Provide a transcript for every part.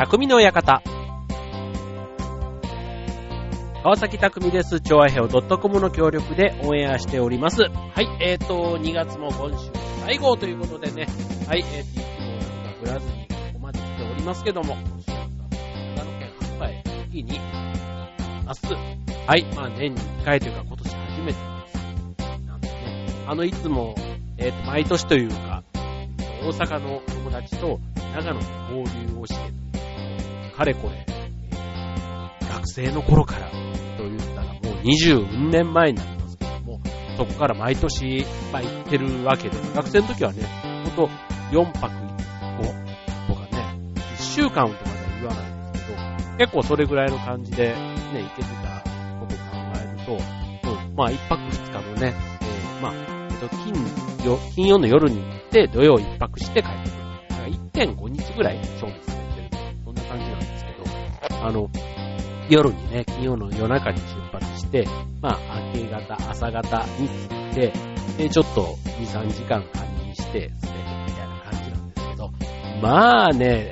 匠の館。川崎匠です。調和平和 .com の協力でオンエアしております。はい、2月も今週最後ということでね、はい、TP を振らずにここまで来ておりますけども、今週は長野県発売次にます。はい、まあ年に1回というか今年初めてなんでね、いつも、毎年というか、大阪の友達と長野で交流をして、かれこれ、学生の頃からと言ったらもう20年前になりますけども、そこから毎年、行ってるわけで、学生の時はね、ほんと4泊5とかね、1週間とかでは言わないんですけど、結構それぐらいの感じでね、行けてたことを考えると、1泊2日のね、金曜の夜に行って土曜1泊して帰ってくる。だから 1.5 日ぐらい勝負されてる。そんな感じなんですけど、夜にね、金曜の夜中に出発して、明け方、朝方に着いて、で、ちょっと2、3時間仮眠して滑るみたいな感じなんですけど、まあね、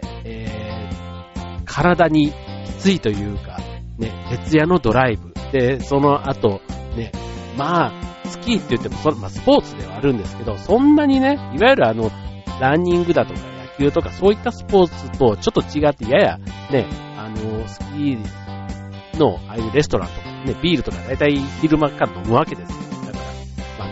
体にきついというか、ね、徹夜のドライブ。で、その後、ね、スキーって言ってもスポーツではあるんですけど、そんなにね、いわゆるランニングだとか野球とかそういったスポーツとちょっと違って、ややね、スキーのああいうレストランとかね、ビールとかだいたい昼間から飲むわけですよ。だから、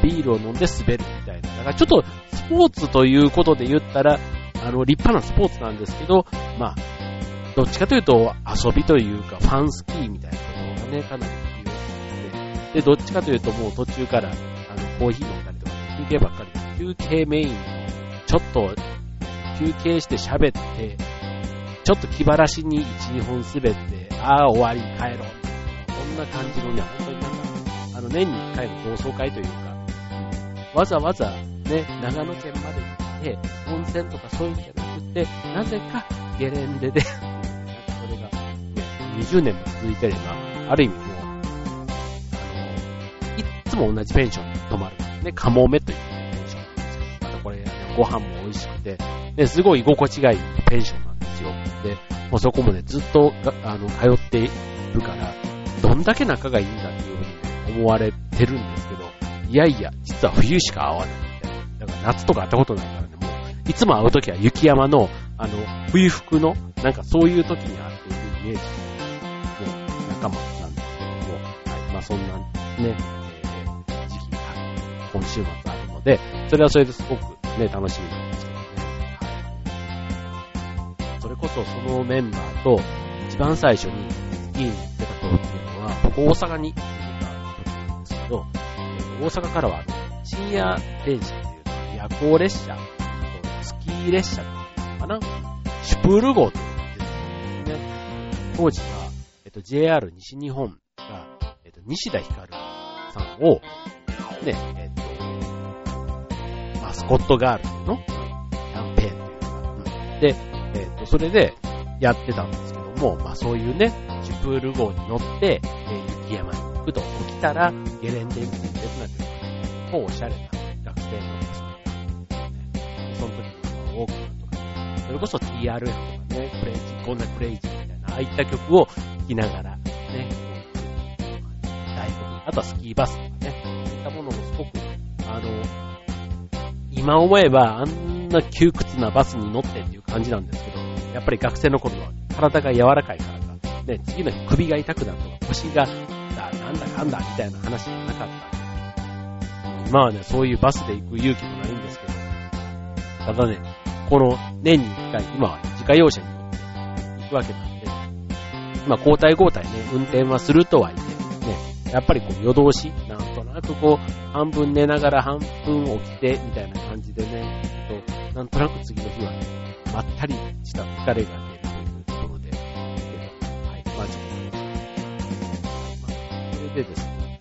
ビールを飲んで滑るみたいな。だからちょっとスポーツということで言ったら、立派なスポーツなんですけど、どっちかというと遊びというか、ファンスキーみたいなところがね、かなりで、どっちかというともう途中から、コーヒー飲んだりとか、休憩ばっかりで、休憩メインの、ちょっと、休憩して喋って、ちょっと気晴らしに1、2本滑って、終わり、帰ろう。そんな感じのね、本当に年に1回の同窓会というか、わざわざね、長野県まで行って、温泉とかそういうんじゃなくて、なぜかゲレンデで、それが、ね、20年も続いてれば、ある意味もう、いつも同じペンションに泊まる。ね、カモメというペンションなんですけど、またこれ、ご飯も美味しくて、ね、すごい居心地がいいペンションなんですよ。で、もうそこもね、ずっと、通っているから、どんだけ仲がいいんだっていうふうに思われてるんですけど、いやいや、実は冬しか会わないみたいな。だから夏とか会ったことないからね、もう、いつも会うときは雪山の、冬服の、なんかそういう時に会っているイメージの仲間なんですけども、はい、そんなね、今週末あるので、それはそれですごくね、楽しみなんですけどね。はい、それこそそのメンバーと一番最初にスキーに行ってた頃っていうのは、僕大阪に行ってた時なんですけど、大阪からは深夜電車っていう夜行列車、スキー列車っていうのかな、シュプール号っていうのが出てるんですね。当時は、JR 西日本が、西田ひかるさんを、ね、マスコットガールのキャンペーンというか、で、それでやってたんですけども、そういうね、シュプール号に乗って、雪山に行くと起きたら、ゲレンデに出てなくて、おしゃれな学生のですね、その時にウォークマンとか、それこそ TRF とかね、こんなクレイジーみたいな、ああいった曲を聴きながら、ね、あとはスキーバスとかね、そういったものもすごく、今思えばあんな窮屈なバスに乗ってっていう感じなんですけど、やっぱり学生の頃は体が柔らかいからか、ね、次の日首が痛くなるとか、腰がなんだかんだみたいな話がなかったんで、今はね、そういうバスで行く勇気もないんですけど、ただね、この年に1回、今は、ね、自家用車に乗って行くわけなんで、交代交代ね、運転はするとはいえ、ね、やっぱり夜通し、なんとなく半分寝ながら半分起きて、みたいな感じでね、なんとなく次の日はね、まったりした疲れが出るというところで、はい、ちょっと、それでですね、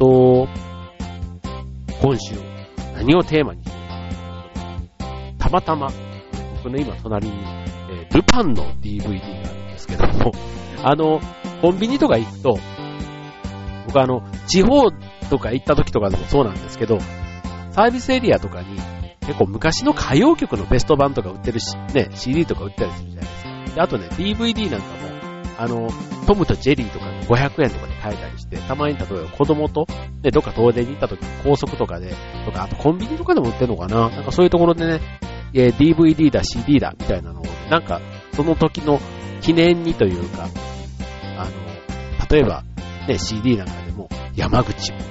今週、何をテーマにしようかな。たまたま、僕の今隣に、ルパンの DVD があるんですけども、コンビニとか行くと、僕地方とか行った時とかでもそうなんですけど、サービスエリアとかに結構昔の歌謡曲のベスト版とか売ってるし、ね、CD とか売ったりするじゃないですか。 で、あとね、DVD なんかも、トムとジェリーとかで500円とかで買えたりして、たまに例えば子供と、ね、どっか遠出に行った時に高速とかで、とか、あとコンビニとかでも売ってるのかな、なんかそういうところでね、DVD だ、CD だ、みたいなのを、ね、なんか、その時の記念にというか、例えば、ね、CD なんかでも、山口も、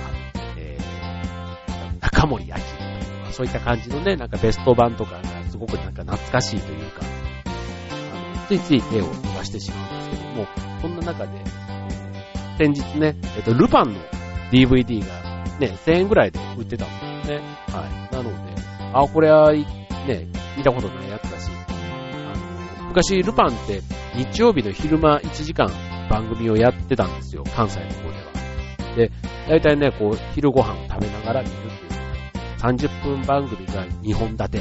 中森明菜とか、そういった感じのね、なんかベスト版とかがすごくなんか懐かしいというか、ついつい手を伸ばしてしまうんですけども、そんな中で、先日ね、ルパンの DVD がね、1000円ぐらいで売ってたんですよね。はい。なので、これは、ね、見たことないやつだし、昔ルパンって日曜日の昼間1時間番組をやってたんですよ、関西の方では。で、大体ね、こう、昼ご飯を食べながら見るっていう、30分番組が2本立て。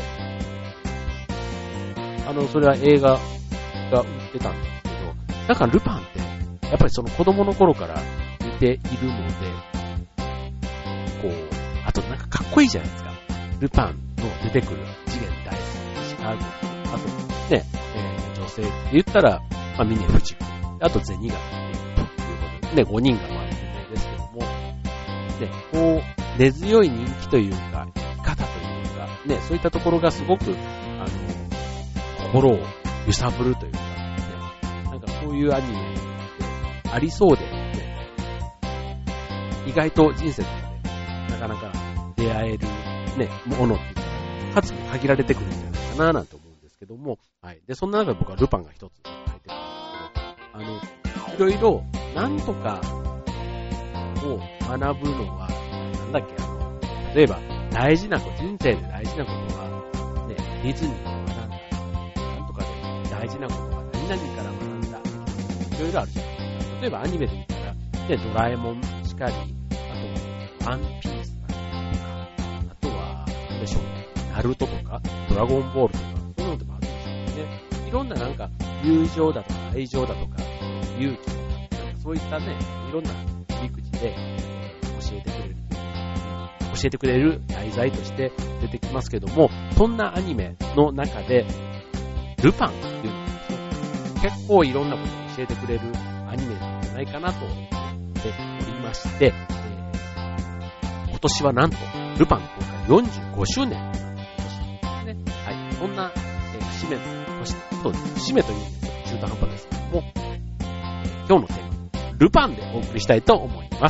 それは映画が売ってたんですけど、だからルパンって、やっぱりその子供の頃から見ているので、こう、あとなんかかっこいいじゃないですか。ルパンの出てくる次元大好き、石川君、あとね、女性って言ったら、峰不二子、あと銭が出ているということで、ね、5人が有名ですけども、ね、こう、根強い人気というか、生き方というか、ね、そういったところがすごく、心を揺さぶるというか、ね、なんかそういうアニメってありそうで、ね、意外と人生の中でなかなか出会える、ね、ものっていうのが数も限られてくるんじゃないかななんて思うんですけども、はい。で、そんな中で僕はルパンが一つ書いてるんですけど、いろいろなんとかを学ぶのは、なんだっけ、例えば大事なこと、人生で大事なことは、ね、ディズニーから学んだ、なんとかで大事なことは何々から学んだ、いろいろあるじゃないですか。例えばアニメで言ったら、ね、ドラえもんしかり、あと、ワンピースとか、あとは、なんでしょうね、ナルトとか、ドラゴンボールとか、そういうのでもあるんですよね。いろんななんか、友情だとか、愛情だとか、勇気とか、なんかそういったね、いろんな切り口で、教えてくれる題材として出てきますけども、そんなアニメの中で、ルパンっていうのは結構いろんなことを教えてくれるアニメなんじゃないかなと思っておりまして、今年はなんと、ルパン公開45周年なんですね。はい。そんな、節目として、そうです。節目というのは中途半端ですけども、今日のテーマ、ルパンでお送りしたいと思います。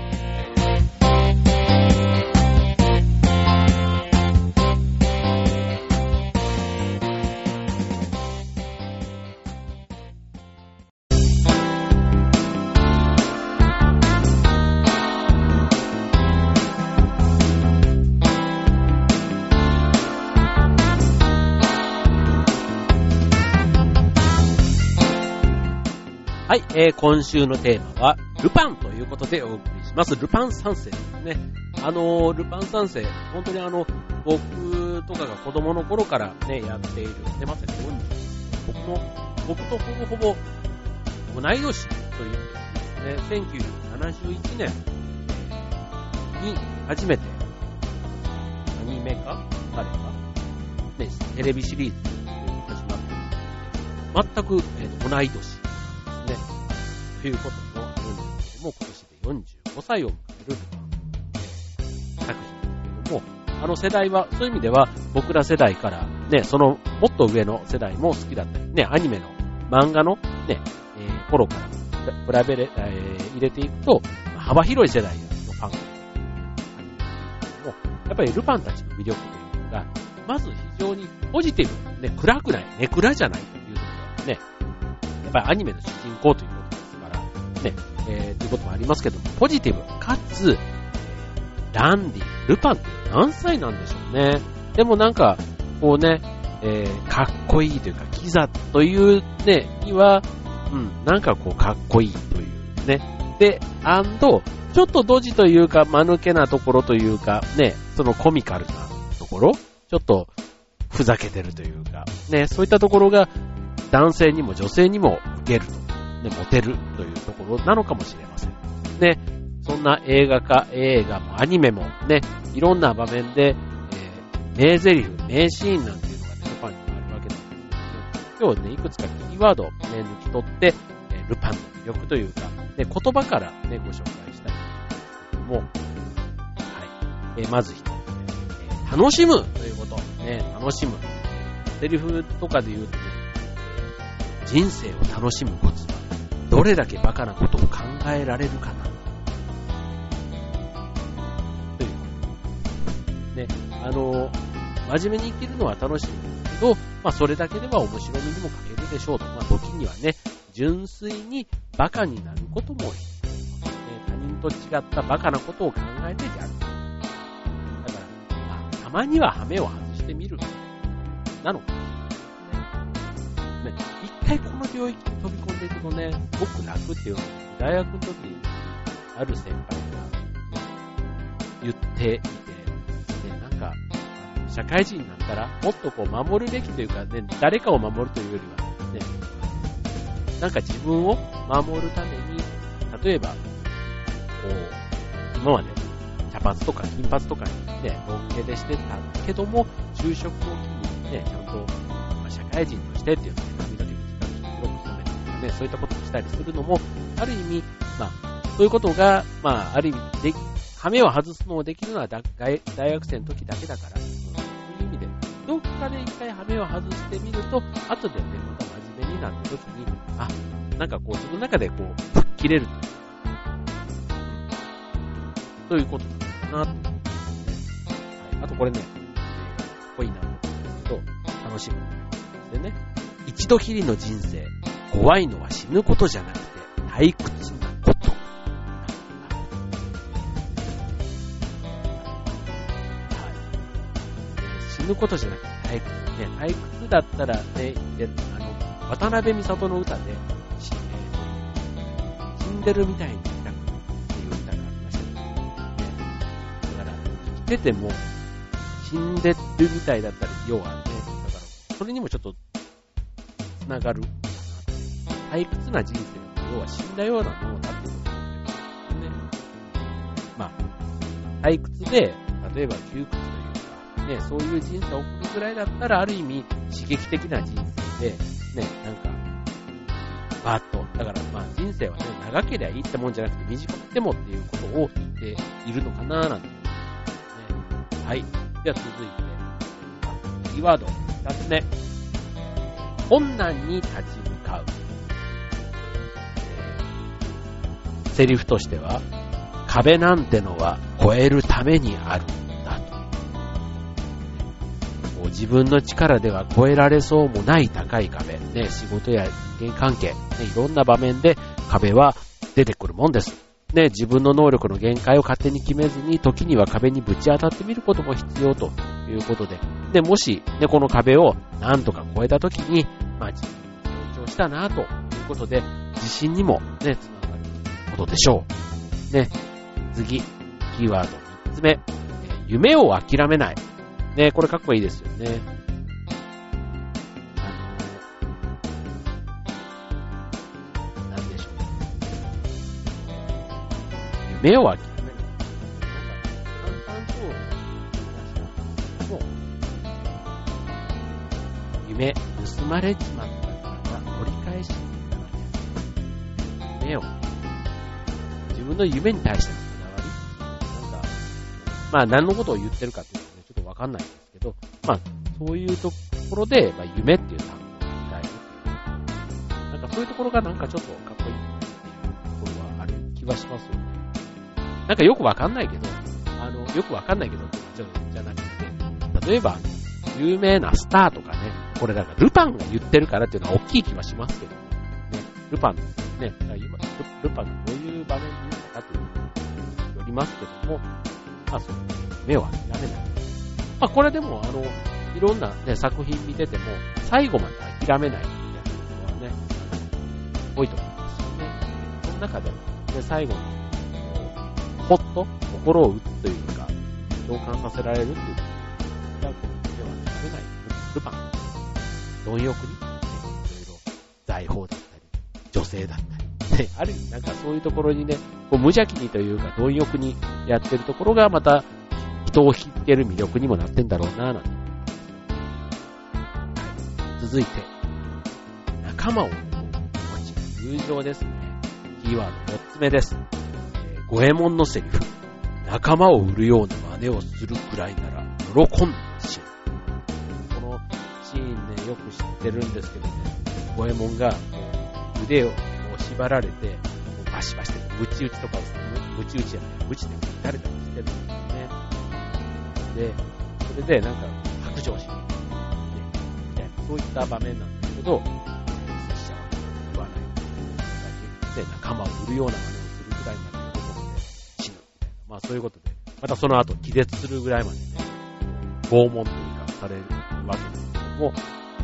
はい、今週のテーマは、ルパンということでお送りします。ルパン三世ですね。ルパン三世、本当に僕とかが子供の頃からね、やっている、ね、まさに僕とほぼほぼ同い年というですね、1971年に初めてアニメ化された、ね、テレビシリーズが始まっているので、全く、同い年ね、ということもあるんですけども、今年で45歳を迎える作品ですけども、世代は、そういう意味では僕ら世代からね、そのもっと上の世代も好きだったり、ね、アニメの漫画のね、頃から入れていくと、幅広い世代のファンがいるアニメですけども、やっぱりルパンたちの魅力というのが、まず非常にポジティブ、ね、暗くない、ネクラじゃないというところでね、やっぱりアニメの主人公ということですから、ね、ということもありますけども、ポジティブ、かつ、ダンディ、ルパンって何歳なんでしょうね。でもなんか、こうね、かっこいいというか、キザというね、には、なんかこう、かっこいいというね。で、ちょっとドジというか、間抜けなところというか、ね、そのコミカルなところ、ちょっと、ふざけてるというか、ね、そういったところが、男性にも女性にも受けると、ね、モテるというところなのかもしれません。ね、そんな映画もアニメもね、いろんな場面で、名台詞、名シーンなんていうのがね、ルパンにもあるわけなんですけども、今日今日ね、いくつかキーワードをね、抜き取って、ルパンの魅力というか、ね、言葉からね、ご紹介したいんですけども、はい。まず一つね、楽しむということ。ね、楽しむ。セリフとかで言うとね、人生を楽しむコツは、どれだけバカなことを考えられるかな。ということね、真面目に生きるのは楽しいんですけど、まあそれだけでは面白みにも欠けるでしょうと。まあ時にはね、純粋にバカになることも必要です、ね。他人と違ったバカなことを考えてやる。だから、まあ、たまには羽目を外してみる。なのかもしれないですね。一回この領域に飛び込んでいくとね、すごく楽っていうのを大学の時にある先輩が言っていて、ね、なんか、社会人になったらもっとこう守るべきというかね、誰かを守るというよりはね、なんか自分を守るために、例えば、こう、今まで茶髪とか金髪とかにね、ロン毛でしてたけども、就職を機にね、ちゃんと、まあ、社会人としてっていうので髪の毛短く広く染めるとかね、そういったことをしたりするのも、ある意味、まあ、そういうことが、まあ、ある意味で、羽目を外すのをできるのは大学生の時だけだから、そういう意味で、どっかで一回羽目を外してみると、後でね、また真面目になった時に、あ、なんかこう自分の中でこう、吹っ切れる。そういうことかなと思いますね。はい。あとこれね、かっこいいなと思うんですけど、楽しむ。でね、一度きりの人生、怖いのは死ぬことじゃなくて、退屈なこと。死ぬことじゃなくて退屈ね。退屈だったらね、渡辺美里の歌で、死んでるみたいに生きたくないっていう歌がありましたけど、ね。だから、生きてても、死んでるみたいだったり、要はね、だから、それにもちょっと、つながるかな。退屈な人生、要は死んだようなものだっていうことですね。まあ、退屈で、例えば窮屈ね、そういう人生を送るぐらいだったら、ある意味、刺激的な人生で、ね、なんか、バーッと、だからまあ人生はね、長ければいいってもんじゃなくて、短くてもっていうことを言っているのかななんて思いますね。はい。では続いて、キーワード、2つ目。困難に立ち向かう。セリフとしては、壁なんてのは越えるためにある。自分の力では越えられそうもない高い壁、ね、仕事や人間関係、ね、いろんな場面で壁は出てくるもんです。ね、自分の能力の限界を勝手に決めずに、時には壁にぶち当たってみることも必要ということで、でもし、ね、この壁をなんとか越えた時に、まあ、自分に成長したなということで、自信にもね、つながることでしょう。ね、次、キーワード3つ目、夢を諦めない。ね、これかっこいいですよね。なんでしょう。夢を諦めない。なんか、簡単そうな話なんですけども、夢、盗まれちまったから取り返しに行かなきゃ。夢を、自分の夢に対してのこだわり。なんか、まあ何のことを言ってるかっていうわかんないんですけど、まあ、そういうところで、まあ、夢っていう単語を使えるっていう。なんかそういうところがなんかちょっとかっこいいっていうところはある気はしますよね。なんかよくわかんないけど、よくわかんないけどってじゃなくて、例えば、有名なスターとかね、これなんかルパンが言ってるからっていうのは大きい気はしますけど、ね、ルパンね、今、ルパンがどういう場面に言ったかというのによりますけども、まあそう、夢を諦めない。まあこれでもいろんなね、作品見てても、最後まで諦めないみたいなのはね、多いと思いますよね。その中でも、ね、最後に、ほっと心を打つというか、共感させられるっていうことが、この夢は諦めないルパン。貪欲に、ね、いろいろ財宝だったり、女性だったり、ね、ある意味なんかそういうところにね、こう無邪気にというか、貪欲にやってるところがまた、人を引ける魅力にもなってんだろうなぁなんて。続いて、 仲間を思う気持ち、友情ですね。キーワード4つ目です。五右衛門のセリフ。仲間を売るような真似をするくらいなら喜んでしまう。このシーンね、よく知ってるんですけどね、五右衛門が腕を縛られて、バシバシでムチ打ちとかをムチ打ちじゃない、ムチで誰かにしてるんですよね。で、それでなんか白状しに行ってみたいな、そういった場面なんですけど、拙者は言わない。で、仲間を売るような真似をするくらいまで喜んで死ぬみたいな。まあそういうことで、またその後気絶するぐらいまでね、拷問というかされるわけですけども、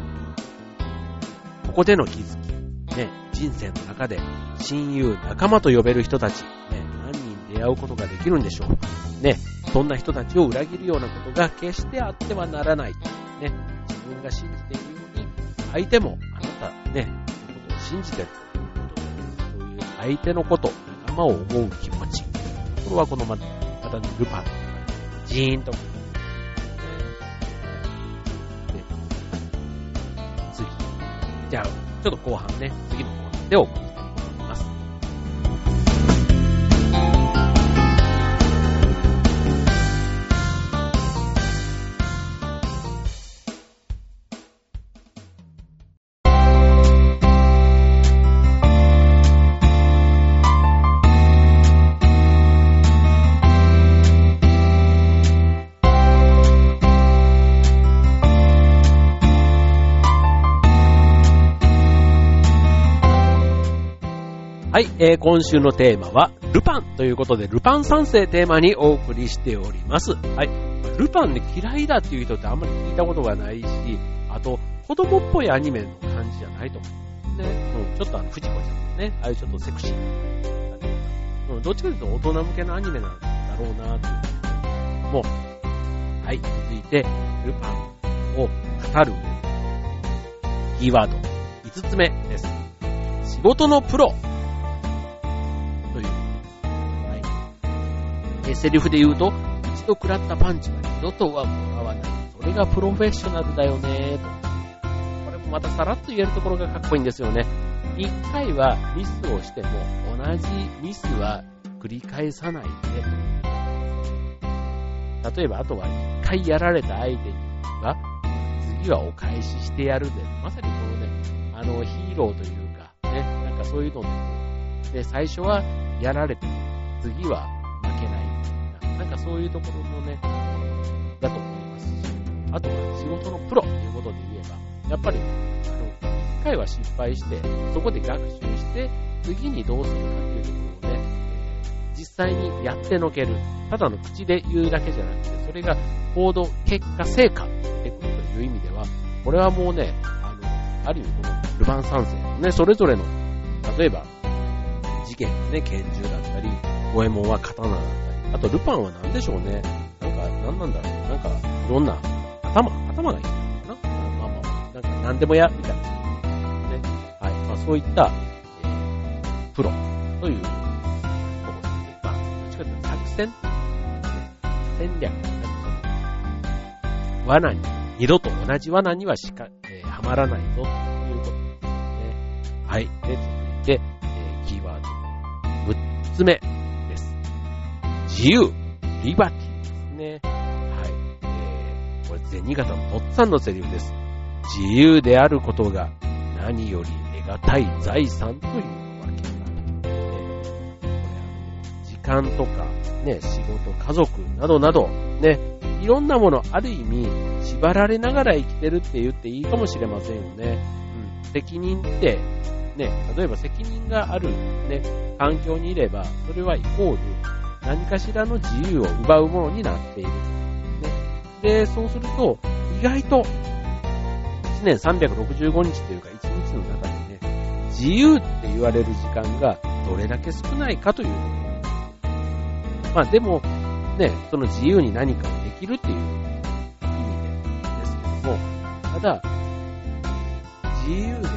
ここでの気づき、ね、人生の中で親友、仲間と呼べる人たち、ね、何人出会うことができるんでしょう。ね、そんな人たちを裏切るようなことが決してあってはならない。ね、自分が信じているように、相手もあなたね、そのことを信じているということで、そういう相手のこと、仲間を思う気持ち。これはこのまたね、ルパンとかね、ジーンとか、次。じゃあ、ちょっと後半ね、次のコーナーでお送りしたいと思います。はい、今週のテーマはルパンということで、ルパン三世テーマにお送りしております。はい、ルパンね、嫌いだっていう人ってあんまり聞いたことがないし、あと子供っぽいアニメの感じじゃないと思うね。ちょっと藤子ちゃんのね、ああいうちょっとセクシーな、どっちかというと大人向けのアニメなんだろうなというもう、はい、続いてルパンを語るキーワード5つ目です。仕事のプロ。セリフで言うと、一度食らったパンチは二度とはもらわない。それがプロフェッショナルだよねと。これもまたさらっと言えるところがかっこいいんですよね。一回はミスをしても同じミスは繰り返さないで。例えばあとは一回やられた相手には次はお返ししてやるで。まさにこのね、ヒーローというかね、なんかそういうので、最初はやられて次は負けない。なんかそういうところもね、だと思いますし、あとは仕事のプロということで言えば、やっぱり、一回は失敗して、そこで学習して、次にどうするかっていうところをね、実際にやってのける。ただの口で言うだけじゃなくて、それが行動、結果、成果に出てくるという意味では、これはもうね、ある意味このルパン三世のね、それぞれの、例えば、事件ね、拳銃だったり、五右衛門は刀だったり、あとルパンは何でしょうね。なんか、何なんだろう。なんか、いろんな、頭がいいのかな。まあ、なんか何でもや、みたいな。ね。はい。まあそういった、プロというところですね。まあ、どっちかというと作戦、戦略、罠に、二度と同じ罠にははまらないぞ、ということですね。はい。で、続いて、キーワード、6つ目。自由、リバティですね。はい。これ銭形のとっつぁんのセリフです。自由であることが何より得難い財産というわけだ。時間とか、ね、仕事、家族などなど、ね、いろんなものある意味縛られながら生きてるって言っていいかもしれませんよね。責任って、ね、例えば責任がある、ね、環境にいれば、それはイコール、何かしらの自由を奪うものになっている、ね。で、そうすると、意外と、1年365日というか、1日の中でね、自由って言われる時間がどれだけ少ないかというところ。まあでも、ね、その自由に何かをできるっていう意味ですけども、ただ、自由である。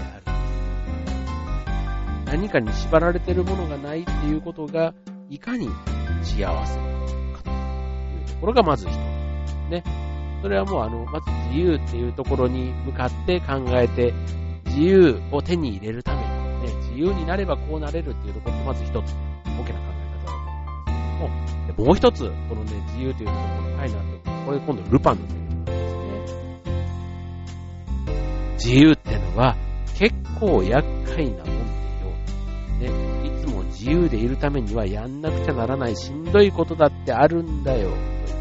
何かに縛られているものがないっていうことが、いかに幸せかというところがまず一つね。それはもうまず自由っていうところに向かって考えて、自自由を手に入れるために、ね、自由になればこうなれるっていうところってまず一つ、大きな考え方だと思うんですけども、もう一つ、このね、自由というところに深いなって、これ今度ルパンのセリフなんですね。自由ってのは結構厄介なもんでよ。ね、いつも自由でいるためにはやんなくちゃならないしんどいことだってあるんだよ。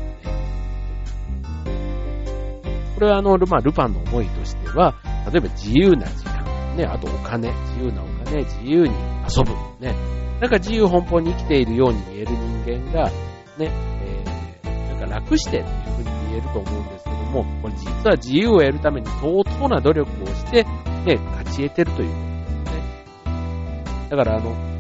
これはルパンの思いとしては、例えば自由な時間、ね、あとお金、自由なお金、自由に遊ぶ、ね、なんか自由奔放に生きているように見える人間が、ね、なんか楽してっていうふうに見えると思うんですけども、これ実は自由を得るために相当な努力をして、ね、勝ち得てるということですね。だから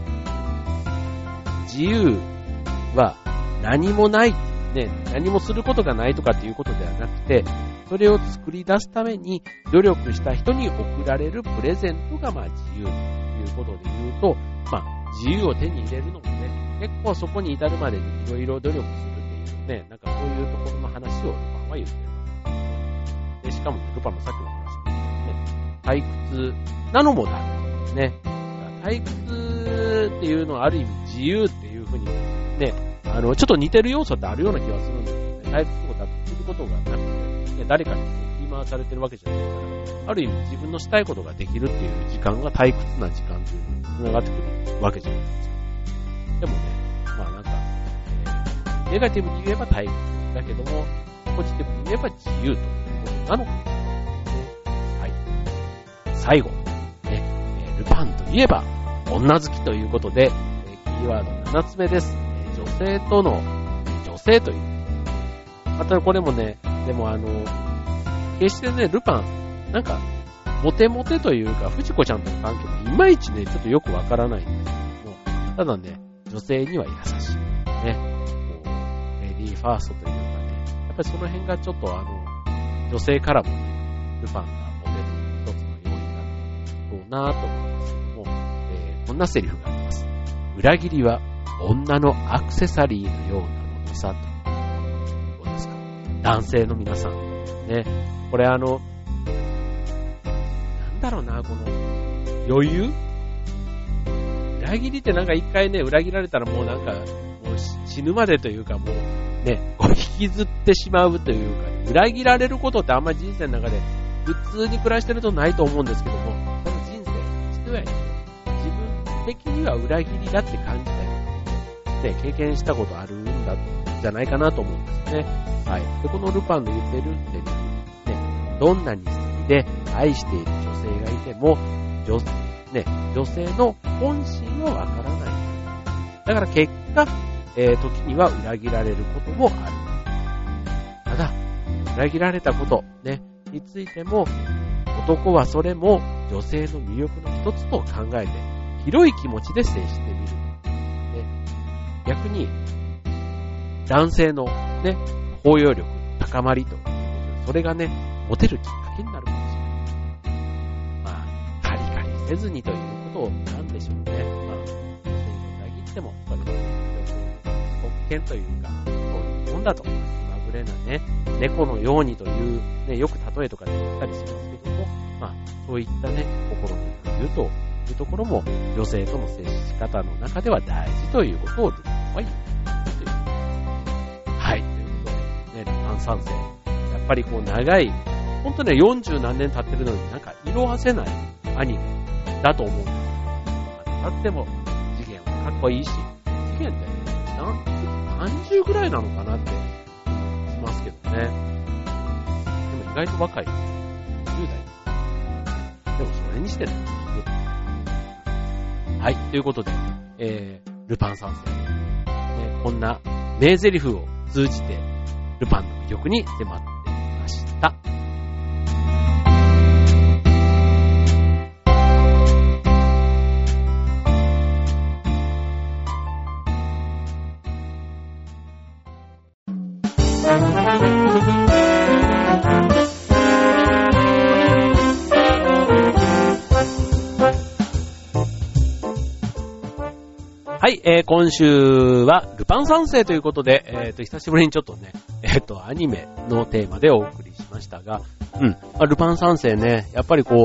自由は何もない、ね、何もすることがないとかっていうことではなくて、それを作り出すために努力した人に贈られるプレゼントが自由ということで言うと、自由を手に入れるのもね、結構そこに至るまでにいろいろ努力するっていうね、なんかそういうところの話をルパンは言ってるので、しかもルパンのさっきの話で、ね、退屈なのもダメですね。退屈っていうのはある意味自由っていうふうにね、ちょっと似てる要素ってあるような気がするんですよね。退屈とかすることがなくて、ね、誰かに振り回されてるわけじゃないから、ある意味自分のしたいことができるっていう時間が退屈な時間っていうのに繋がってくるわけじゃないですか。でもね、なんか、ネガティブに言えば退屈だけども、ポジティブに言えば自由ということなのかもしれないですね。はい。最後、ね、ルパンといえば女好きということで、キーワード7つ目です。女性との女性という。またこれもね、でも決してね、ルパン、なんか、モテモテというか、藤子ちゃんとの関係もいまいちね、ちょっとよくわからないんですけども、ただね、女性には優しい。ね、レディーファーストというかね、やっぱりその辺がちょっと女性からもね、ルパンがモテる一つの要因だろうなと思いますけども、こんなセリフがあります。裏切りは女のアクセサリーのようなものさと。どうですか？男性の皆さん。ね。これなんだろうな、この余裕？裏切りってなんか一回ね、裏切られたらもうなんか、もう死ぬまでというかもうね、こう引きずってしまうというか、裏切られることってあんまり人生の中で普通に暮らしてるとないと思うんですけども、その人生、一や自分的には裏切りだって感じたよ。ね、経験したことあるんだじゃないかなと思うんですね。はい。で、このルパンの言ってるセリフ、ね、どんなに好きで愛している女性がいても、女性の本心はわからない。だから結果、時には裏切られることもある。ただ、裏切られたこと、ね、についても、男はそれも女性の魅力の一つと考えて、広い気持ちで接してみる。逆に、男性のね、包容力の高まりということで、それがね、モテるきっかけになるかもしれない。カリカリせずにということなんでしょうね。女性に裏切っても、それはね、女性の特権というか、そういうもんだと。気まぐれなね、猫のようにという、ね、よく例えとかで言ったりしますけども、そういったね、心の余裕というところも、女性との接し方の中では大事ということをルパンは言っているという。はい。ということで、ね、ルパン三世。やっぱりこう長い、ほんとね、40何年経ってるのになんか色褪せないアニメだと思うんですよ。だっても、次元はかっこいいし、次元って30ぐらいなのかなってしますけどね。でも意外と若い。10代。でもそれにしてね。はい。ということで、ルパン三世、こんな名台詞を通じて、ルパンの魅力に迫ってみました。はい、今週はルパン三世ということで、久しぶりにちょっとね、アニメのテーマでお送りしましたが、ルパン三世ね、やっぱりこう、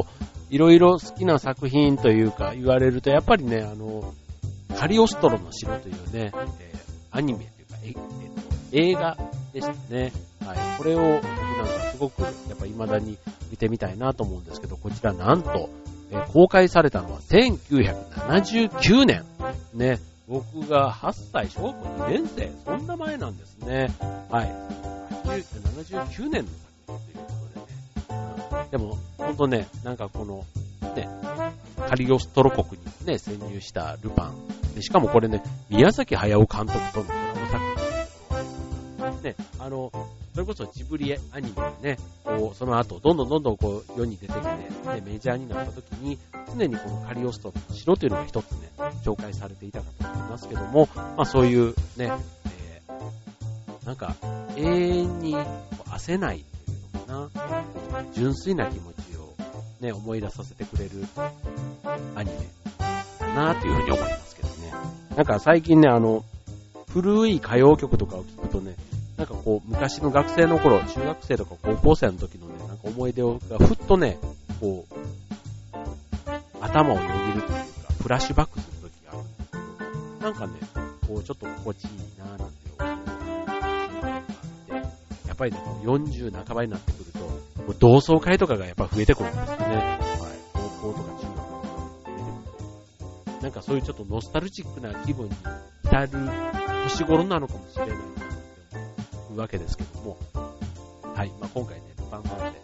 いろいろ好きな作品というか言われると、やっぱりね、カリオストロの城というね、アニメというか、映画でしたね。はい。これを僕なんかすごくやっぱ未だに見てみたいなと思うんですけど、こちらなんと、公開されたのは1979年。ね。僕が8歳、小学校2年生。そんな前なんですね。はい。79年の作品ということでね。でも、ほんとね、なんかこの、ね、カリオストロ国にね、潜入したルパン。でしかもこれね、宮崎駿監督とのコラボ作品ね、それこそジブリアニメでね、こうその後、どんどんこう世に出てきて、ね、メジャーになった時に、常にこのカリオストロの城というのが一つね、紹介されていたかと思いますけども、まあそういうね、なんか永遠に焦せないというのかな、純粋な気持ちをね、思い出させてくれるアニメだなというふうに思いますけどね。なんか最近ね、古い歌謡曲とかを聞くとね、なんかこう、昔の学生の頃、中学生とか高校生の時のね、なんか思い出がふっとね、こう、頭をよぎるというか、フラッシュバックする時があるんですけど、なんかね、こう、ちょっと心地いいなぁなんて思う。やっぱりね、40半ばになってくると、同窓会とかがやっぱ増えてくるんですよね。はい。高校とか中学とか増えてくると。なんかそういうちょっとノスタルジックな気分に浸る年頃なのかもしれないなって思うわけですけども。はい。まあ、今回ね、ルパンマンで、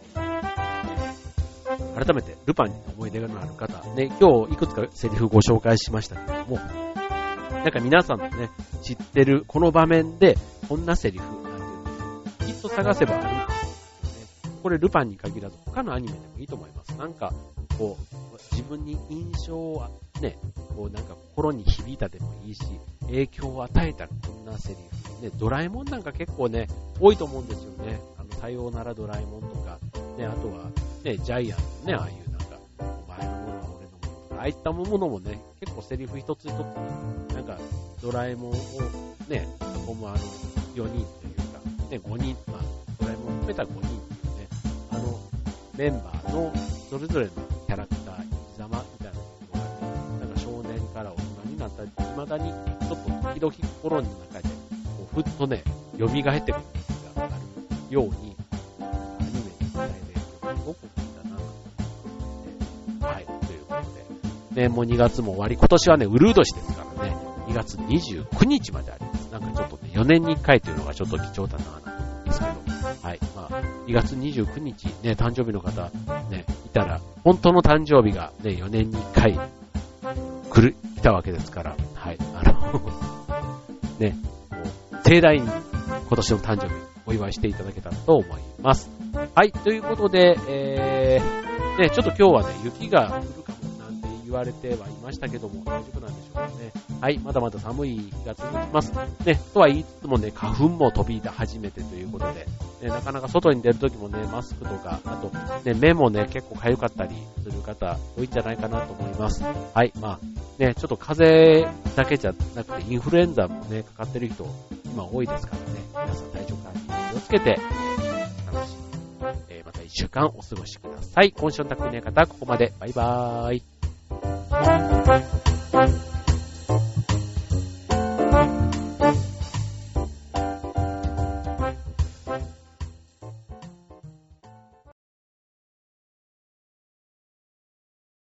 改めてルパンに思い出のある方、ね、今日いくつかセリフご紹介しましたけども、なんか皆さんのね、知ってるこの場面で、こんなセリフなんていうのきっと探せばあるんですよね。これルパンに限らず他のアニメでもいいと思います。なんか、こう、自分に印象をね、こうなんか心に響いたでもいいし、影響を与えたこんなセリフ。ね、ドラえもんなんか結構ね、多いと思うんですよね。さようならドラえもんとか、ね、あとは、ね、ジャイアンのね、ああいうなんか、お前のものは俺のもの。ああいったものもね、結構セリフ一つ一つ、なんか、ドラえもんをね、囲む4人というか、ね、5人、まあ、ドラえもんを含めた5人っていうね、メンバーのそれぞれのキャラクター、生き様みたいなところがね、なんか少年から大人になったり、未だにちょっと時々心の中で、こうふっとね、蘇ってくる時があるように、アニメに伝えるすごくいいんだなと思って、はい、ということで、ね、もう2月も終わり、今年はね、ウルー年ですからね、2月29日まであります。なんかちょっとね、4年に1回というのがちょっと貴重だなと思うんですけど、はい、まあ、2月29日、ね、誕生日の方、ね、いたら、本当の誕生日がね、4年に1回、来たわけですから、はい、ね、もう盛大に今年の誕生日、お祝いしていただけたらと思います。はい、ということで、ね、ちょっと今日はね、雪が降るかもなんて言われてはいましたけども、大丈夫なんでしょうかね。はい、まだまだ寒い日が続きます。ね、とは言いつつもね、花粉も飛び始めてということで、ね、なかなか外に出るときもね、マスクとか、あと、ね、目もね、結構痒かったりする方、多いんじゃないかなと思います。はい、まあ、ね、ちょっと風邪だけじゃなくて、インフルエンザもね、かかってる人、今多いですからね、皆さん体調管理に気をつけて、楽しみ、また1週間お過ごしください。今週の匠の方、ここまで。バイバーイ。